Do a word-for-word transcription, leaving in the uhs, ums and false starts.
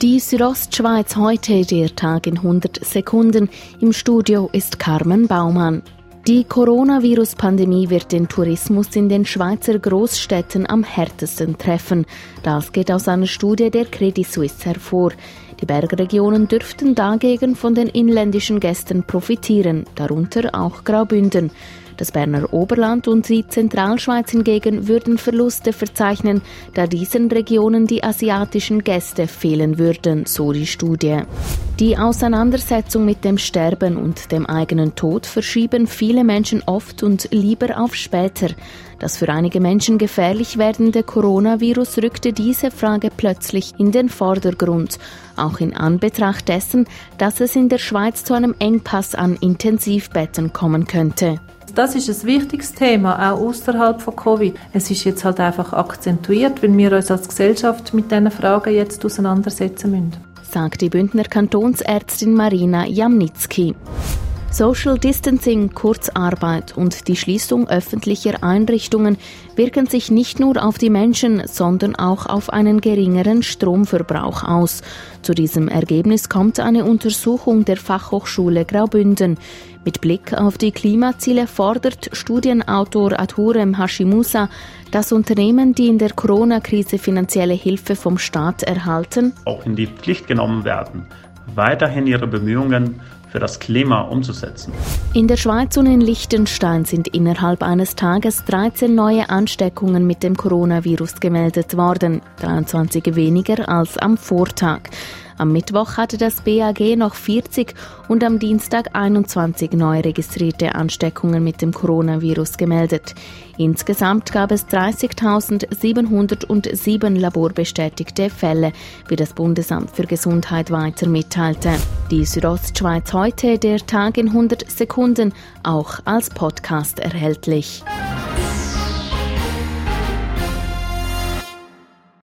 Die Südostschweiz heute, der Tag in hundert Sekunden. Im Studio ist Carmen Baumann. Die Coronavirus-Pandemie wird den Tourismus in den Schweizer Großstädten am härtesten treffen. Das geht aus einer Studie der Credit Suisse hervor. Die Bergregionen dürften dagegen von den inländischen Gästen profitieren, darunter auch Graubünden. Das Berner Oberland und die Zentralschweiz hingegen würden Verluste verzeichnen, da diesen Regionen die asiatischen Gäste fehlen würden, so die Studie. Die Auseinandersetzung mit dem Sterben und dem eigenen Tod verschieben viele Menschen oft und lieber auf später. Das für einige Menschen gefährlich werdende Coronavirus rückte diese Frage plötzlich in den Vordergrund, auch in Anbetracht dessen, dass es in der Schweiz zu einem Engpass an Intensivbetten kommen könnte. Das ist ein wichtiges Thema, auch außerhalb von Covid. Es ist jetzt halt einfach akzentuiert, weil wir uns als Gesellschaft mit diesen Fragen jetzt auseinandersetzen müssen, sagt die Bündner Kantonsärztin Marina Jamnitzki. Social Distancing, Kurzarbeit und die Schließung öffentlicher Einrichtungen wirken sich nicht nur auf die Menschen, sondern auch auf einen geringeren Stromverbrauch aus. Zu diesem Ergebnis kommt eine Untersuchung der Fachhochschule Graubünden. Mit Blick auf die Klimaziele fordert Studienautor Adhurem Hashimusa, dass Unternehmen, die in der Corona-Krise finanzielle Hilfe vom Staat erhalten, auch in die Pflicht genommen werden, weiterhin ihre Bemühungen für das Klima umzusetzen. In der Schweiz und in Liechtenstein sind innerhalb eines Tages dreizehn neue Ansteckungen mit dem Coronavirus gemeldet worden, dreiundzwanzig weniger als am Vortag. Am Mittwoch hatte das B A G noch vierzig und am Dienstag einundzwanzig neu registrierte Ansteckungen mit dem Coronavirus gemeldet. Insgesamt gab es dreißigtausendsiebenhundertsieben laborbestätigte Fälle, wie das Bundesamt für Gesundheit weiter mitteilte. Die Südostschweiz heute, der Tag in hundert Sekunden, auch als Podcast erhältlich.